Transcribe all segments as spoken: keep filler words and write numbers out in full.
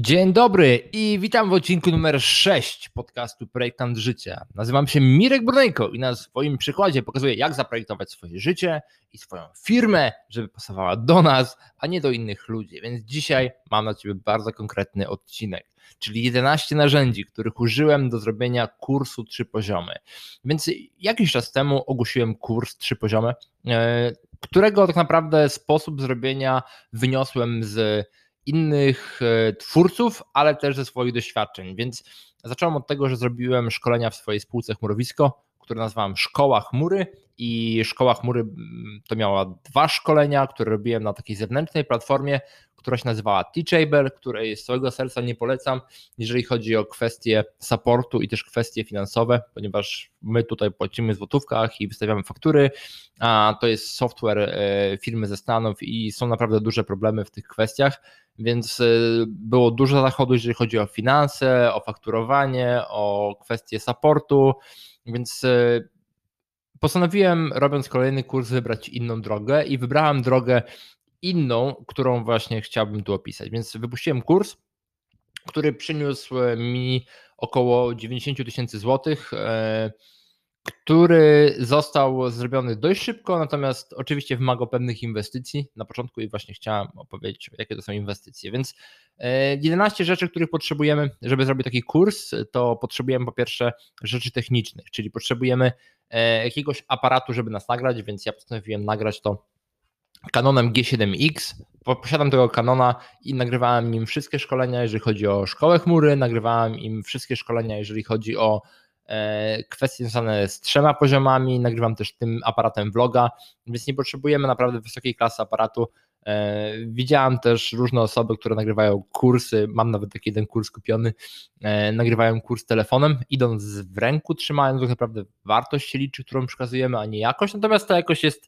Dzień dobry i witam w odcinku numer sześć podcastu Projektant Życia. Nazywam się Mirek Brunejko i na swoim przykładzie pokazuję, jak zaprojektować swoje życie i swoją firmę, żeby pasowała do nas, a nie do innych ludzi. Więc dzisiaj mam na Ciebie bardzo konkretny odcinek, czyli jedenaście narzędzi, których użyłem do zrobienia kursu trzy poziomy. Więc jakiś czas temu ogłosiłem kurs trzy poziomy, którego tak naprawdę sposób zrobienia wyniosłem z innych twórców, ale też ze swoich doświadczeń, więc zacząłem od tego, że zrobiłem szkolenia w swojej spółce Chmurowisko, które nazwałem Szkoła Chmury i Szkoła Chmury to miała dwa szkolenia, które robiłem na takiej zewnętrznej platformie, która się nazywała Teachable, której z całego serca nie polecam, jeżeli chodzi o kwestie supportu i też kwestie finansowe, ponieważ my tutaj płacimy w złotówkach i wystawiamy faktury, a to jest software firmy ze Stanów i są naprawdę duże problemy w tych kwestiach, więc było dużo zachodu, jeżeli chodzi o finanse, o fakturowanie, o kwestie supportu, więc postanowiłem, robiąc kolejny kurs, wybrać inną drogę i wybrałem drogę inną, którą właśnie chciałbym tu opisać. Więc wypuściłem kurs, który przyniósł mi około dziewięćdziesiąt tysięcy złotych, który został zrobiony dość szybko, natomiast oczywiście wymaga pewnych inwestycji na początku i właśnie chciałem opowiedzieć, jakie to są inwestycje. Więc jedenaście rzeczy, których potrzebujemy, żeby zrobić taki kurs, to potrzebujemy po pierwsze rzeczy technicznych, czyli potrzebujemy jakiegoś aparatu, żeby nas nagrać, więc ja postanowiłem nagrać to Canonem G siedem X. Posiadam tego Canona i nagrywałem nim wszystkie szkolenia, jeżeli chodzi o szkołę chmury, nagrywałem im wszystkie szkolenia, jeżeli chodzi o kwestie związane z trzema poziomami, nagrywam też tym aparatem vloga, więc nie potrzebujemy naprawdę wysokiej klasy aparatu. Widziałem też różne osoby, które nagrywają kursy, mam nawet taki jeden kurs kupiony, nagrywają kurs telefonem, idąc w ręku, trzymając, tak naprawdę wartość się liczy, którą przekazujemy, a nie jakość, natomiast ta jakość jest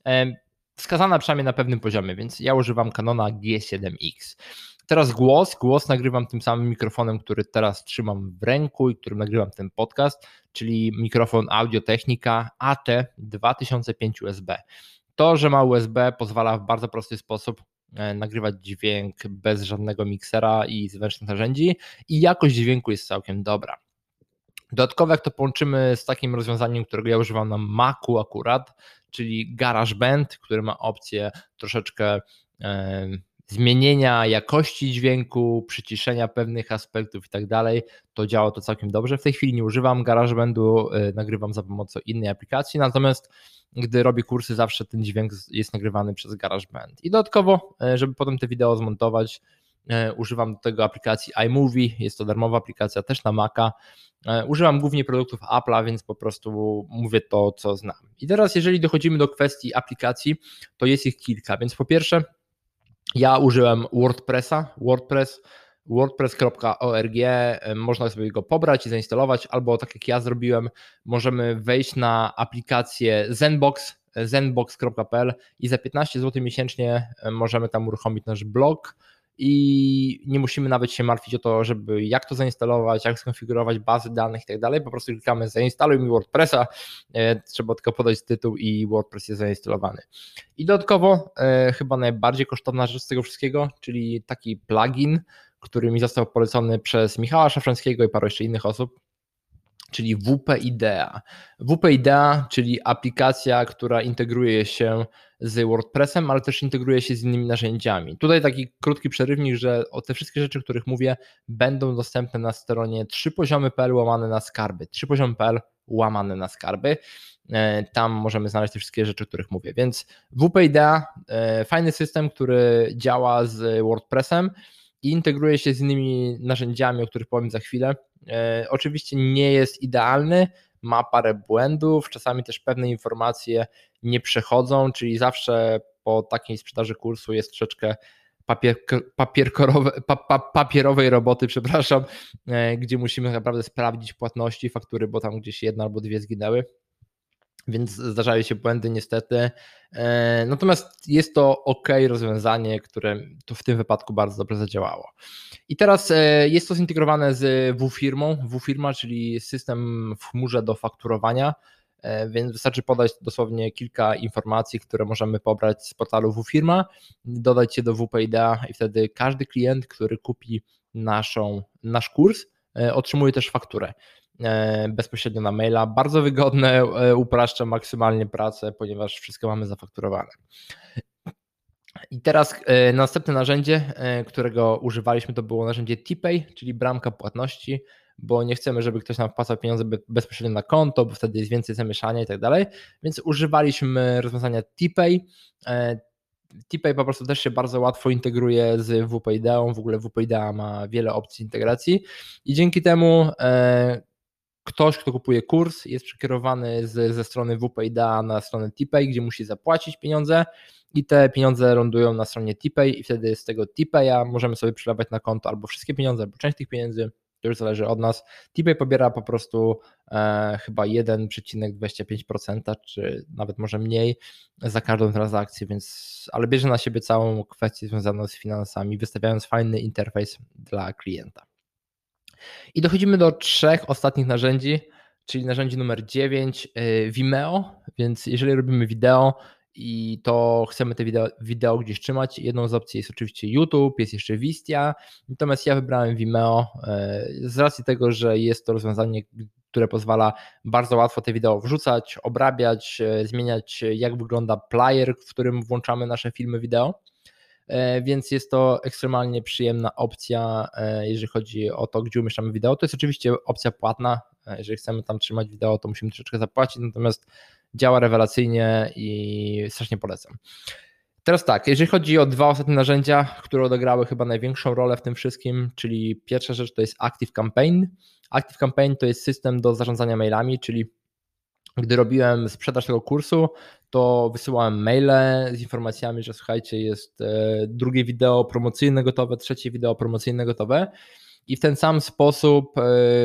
wskazana przynajmniej na pewnym poziomie, więc ja używam Canona G siedem X. Teraz głos, głos nagrywam tym samym mikrofonem, który teraz trzymam w ręku i którym nagrywam ten podcast, czyli mikrofon Audio-Technica A T dwa tysiące pięć U S B. To, że ma U S B, pozwala w bardzo prosty sposób nagrywać dźwięk bez żadnego miksera i zewnętrznych narzędzi i jakość dźwięku jest całkiem dobra. Dodatkowo jak to połączymy z takim rozwiązaniem, którego ja używam na Macu akurat, czyli GarageBand, który ma opcję troszeczkę e, zmienienia jakości dźwięku, przyciszenia pewnych aspektów i tak dalej, to działa to całkiem dobrze. W tej chwili nie używam GarageBandu, e, nagrywam za pomocą innej aplikacji, natomiast gdy robię kursy, zawsze ten dźwięk jest nagrywany przez GarageBand. I dodatkowo, e, żeby potem te wideo zmontować, e, używam do tego aplikacji iMovie, jest to darmowa aplikacja też na Maca. Używam głównie produktów Apple'a, więc po prostu mówię to, co znam. I teraz jeżeli dochodzimy do kwestii aplikacji, to jest ich kilka, więc po pierwsze ja użyłem WordPressa, WordPress, wordpress kropka org, można sobie go pobrać i zainstalować, albo tak jak ja zrobiłem, możemy wejść na aplikację Zenbox, zenbox kropka p l i za piętnaście złotych miesięcznie możemy tam uruchomić nasz blog, i nie musimy nawet się martwić o to, żeby jak to zainstalować, jak skonfigurować bazy danych i tak dalej, po prostu klikamy zainstaluj mi WordPressa, trzeba tylko podać tytuł i WordPress jest zainstalowany. I dodatkowo chyba najbardziej kosztowna rzecz z tego wszystkiego, czyli taki plugin, który mi został polecony przez Michała Szafrańskiego i paru jeszcze innych osób, czyli W P Idea. W P Idea, czyli aplikacja, która integruje się z WordPressem, ale też integruje się z innymi narzędziami. Tutaj taki krótki przerywnik, że o te wszystkie rzeczy, o których mówię, będą dostępne na stronie trzy poziomy kropka p l łamane na skarby. trzy poziomy kropka p l łamane na skarby. Tam możemy znaleźć te wszystkie rzeczy, o których mówię. Więc W P Idea, fajny system, który działa z WordPressem i integruje się z innymi narzędziami, o których powiem za chwilę. E, oczywiście nie jest idealny, ma parę błędów, czasami też pewne informacje nie przechodzą, czyli zawsze po takiej sprzedaży kursu jest troszeczkę papier, papierkorowe, pa, pa, papierowej roboty, przepraszam, e, gdzie musimy naprawdę sprawdzić płatności, faktury, bo tam gdzieś jedna albo dwie zginęły. Więc zdarzają się błędy niestety, natomiast jest to ok rozwiązanie, które tu w tym wypadku bardzo dobrze zadziałało. I teraz jest to zintegrowane z W-firmą, W-firma, czyli system w chmurze do fakturowania. więc wystarczy podać dosłownie kilka informacji, które możemy pobrać z portalu WFirma, dodać je do W P Idea i wtedy każdy klient, który kupi naszą, nasz kurs, otrzymuje też fakturę bezpośrednio na maila. Bardzo wygodne, upraszcza maksymalnie pracę, ponieważ wszystko mamy zafakturowane. I teraz następne narzędzie, którego używaliśmy, to było narzędzie T-Pay, czyli bramka płatności, bo nie chcemy, żeby ktoś nam wpłacał pieniądze bezpośrednio na konto, bo wtedy jest więcej zamieszania i tak dalej, więc używaliśmy rozwiązania T-Pay. T-Pay po prostu też się bardzo łatwo integruje z W P Ideą, w ogóle W P Idea ma wiele opcji integracji i dzięki temu ktoś, kto kupuje kurs, jest przekierowany z, ze strony W P Idea na stronę T-Pay, gdzie musi zapłacić pieniądze i te pieniądze lądują na stronie T-Pay i wtedy z tego T-Paya możemy sobie przelewać na konto albo wszystkie pieniądze, albo część tych pieniędzy, to już zależy od nas. T-Pay pobiera po prostu e, chyba jeden przecinek dwadzieścia pięć procent, czy nawet może mniej za każdą transakcję, więc ale bierze na siebie całą kwestię związaną z finansami, wystawiając fajny interfejs dla klienta. I dochodzimy do trzech ostatnich narzędzi, czyli narzędzie numer dziewięć, Vimeo, więc jeżeli robimy wideo i to chcemy te wideo, wideo gdzieś trzymać, jedną z opcji jest oczywiście YouTube, jest jeszcze Wistia, natomiast ja wybrałem Vimeo z racji tego, że jest to rozwiązanie, które pozwala bardzo łatwo te wideo wrzucać, obrabiać, zmieniać jak wygląda player, w którym włączamy nasze filmy wideo. Więc jest to ekstremalnie przyjemna opcja, jeżeli chodzi o to, gdzie umieszczamy wideo. To jest oczywiście opcja płatna, jeżeli chcemy tam trzymać wideo, to musimy troszeczkę zapłacić, natomiast działa rewelacyjnie i strasznie polecam. Teraz tak, jeżeli chodzi o dwa ostatnie narzędzia, które odegrały chyba największą rolę w tym wszystkim, czyli pierwsza rzecz to jest ActiveCampaign. ActiveCampaign to jest system do zarządzania mailami, czyli gdy robiłem sprzedaż tego kursu, to wysyłałem maile z informacjami, że słuchajcie, jest drugie wideo promocyjne gotowe, trzecie wideo promocyjne gotowe i w ten sam sposób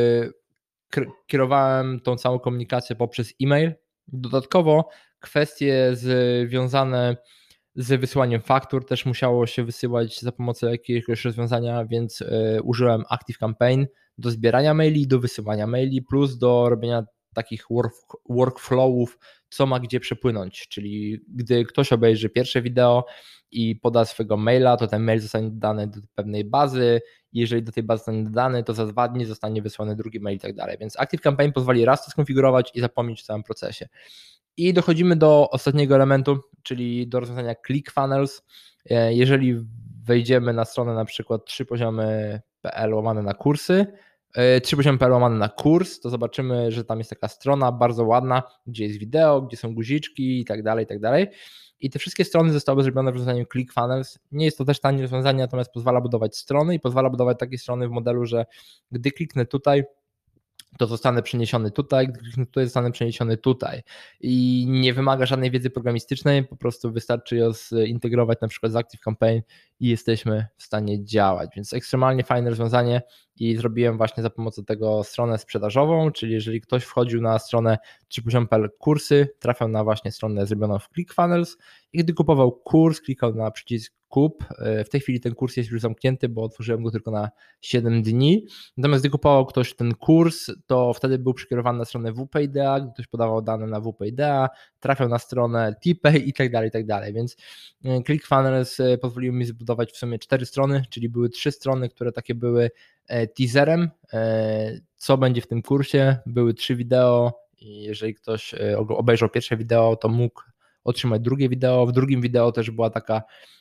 kierowałem tą całą komunikację poprzez e-mail. Dodatkowo kwestie związane z wysyłaniem faktur też musiało się wysyłać za pomocą jakiegoś rozwiązania, więc użyłem ActiveCampaign do zbierania maili i do wysyłania maili, plus do robienia takich work, workflowów, co ma gdzie przepłynąć, czyli gdy ktoś obejrzy pierwsze wideo i poda swojego maila, to ten mail zostanie dodany do pewnej bazy, jeżeli do tej bazy zostanie dodany, to za dwa dni zostanie wysłany drugi mail i tak dalej, więc ActiveCampaign pozwoli raz to skonfigurować i zapomnieć w całym procesie. I dochodzimy do ostatniego elementu, czyli do rozwiązania ClickFunnels. Jeżeli wejdziemy na stronę na przykład trzy poziomy kropka p l łamane na kursy, trzy poziomy kropka p l łamane na kurs, to zobaczymy, że tam jest taka strona bardzo ładna, gdzie jest wideo, gdzie są guziczki i tak dalej, i tak dalej. I te wszystkie strony zostały zrobione w rozwiązaniu ClickFunnels. Nie jest to też tanie rozwiązanie, natomiast pozwala budować strony i pozwala budować takie strony w modelu, że gdy kliknę tutaj, to zostanę przeniesiony tutaj, gdy kliknę tutaj, zostanę przeniesiony tutaj. I nie wymaga żadnej wiedzy programistycznej, po prostu wystarczy ją zintegrować na przykład z ActiveCampaign i jesteśmy w stanie działać. Więc ekstremalnie fajne rozwiązanie i zrobiłem właśnie za pomocą tego stronę sprzedażową, czyli jeżeli ktoś wchodził na stronę trzy poziomy kropka p l kursy, trafiał na właśnie stronę zrobioną w ClickFunnels i gdy kupował kurs, klikał na przycisk kup. W tej chwili ten kurs jest już zamknięty, bo otworzyłem go tylko na siedem dni. Natomiast gdy kupował ktoś ten kurs, to wtedy był przekierowany na stronę W P Idea, gdy ktoś podawał dane na W P Idea, trafiał na stronę T-Pay i tak dalej, i tak dalej. Więc ClickFunnels pozwolił mi zbudować w sumie cztery strony, czyli były trzy strony, które takie były teaserem, co będzie w tym kursie. Były trzy wideo i jeżeli ktoś obejrzał pierwsze wideo, to mógł otrzymać drugie wideo. W drugim wideo też była taka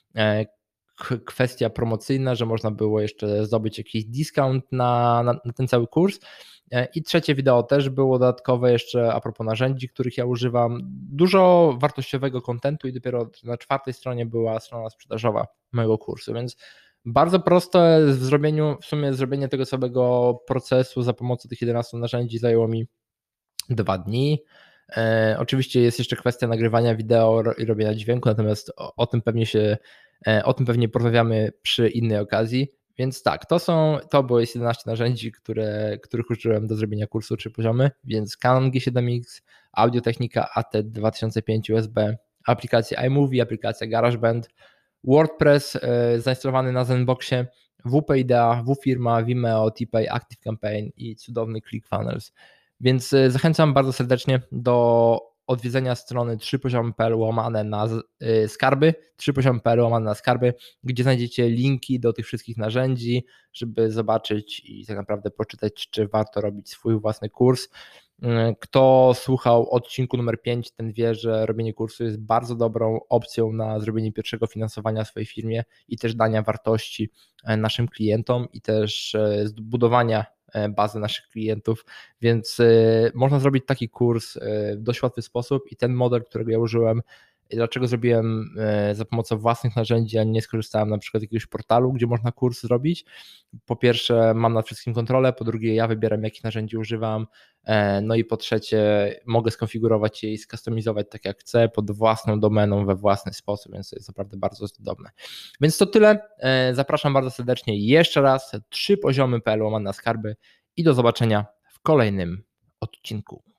kwestia promocyjna, że można było jeszcze zdobyć jakiś discount na, na, na ten cały kurs. I trzecie wideo też było dodatkowe jeszcze a propos narzędzi, których ja używam. Dużo wartościowego kontentu i dopiero na czwartej stronie była strona sprzedażowa mojego kursu, więc bardzo proste w zrobieniu, w sumie zrobienie tego samego procesu za pomocą tych jedenastu narzędzi zajęło mi dwa dni. E, oczywiście jest jeszcze kwestia nagrywania wideo i robienia dźwięku, natomiast o, o tym pewnie się, e, o tym pewnie porozmawiamy przy innej okazji. Więc tak, to są, to było jest jedenaście narzędzi, które, których użyłem do zrobienia kursu trzy poziomy, więc Canon G siedem X, Audio-Technica A T dwa tysiące pięć U S B, aplikacja iMovie, aplikacja GarageBand, WordPress e, zainstalowany na Zenboxie, W P Idea, WFirma, Vimeo, T-Pay, ActiveCampaign i cudowny ClickFunnels. Więc zachęcam bardzo serdecznie do odwiedzenia strony trzy poziomy kropka p l łamane na skarby, trzy poziomy kropka p l łamane na skarby, gdzie znajdziecie linki do tych wszystkich narzędzi, żeby zobaczyć i tak naprawdę poczytać, czy warto robić swój własny kurs. Kto słuchał odcinku numer pięć, ten wie, że robienie kursu jest bardzo dobrą opcją na zrobienie pierwszego finansowania w swojej firmie i też dania wartości naszym klientom i też zbudowania bazy naszych klientów, więc można zrobić taki kurs w dość łatwy sposób i ten model, którego ja użyłem, dlaczego zrobiłem za pomocą własnych narzędzi, a nie skorzystałem na przykład z jakiegoś portalu, gdzie można kurs zrobić. Po pierwsze mam nad wszystkim kontrolę, po drugie ja wybieram, jakich narzędzi używam, no i po trzecie mogę skonfigurować je i skustomizować tak jak chcę, pod własną domeną, we własny sposób, więc to jest naprawdę bardzo cudowne. Więc to tyle, zapraszam bardzo serdecznie jeszcze raz, trzy poziomy kropka p l łamane na skarby i do zobaczenia w kolejnym odcinku.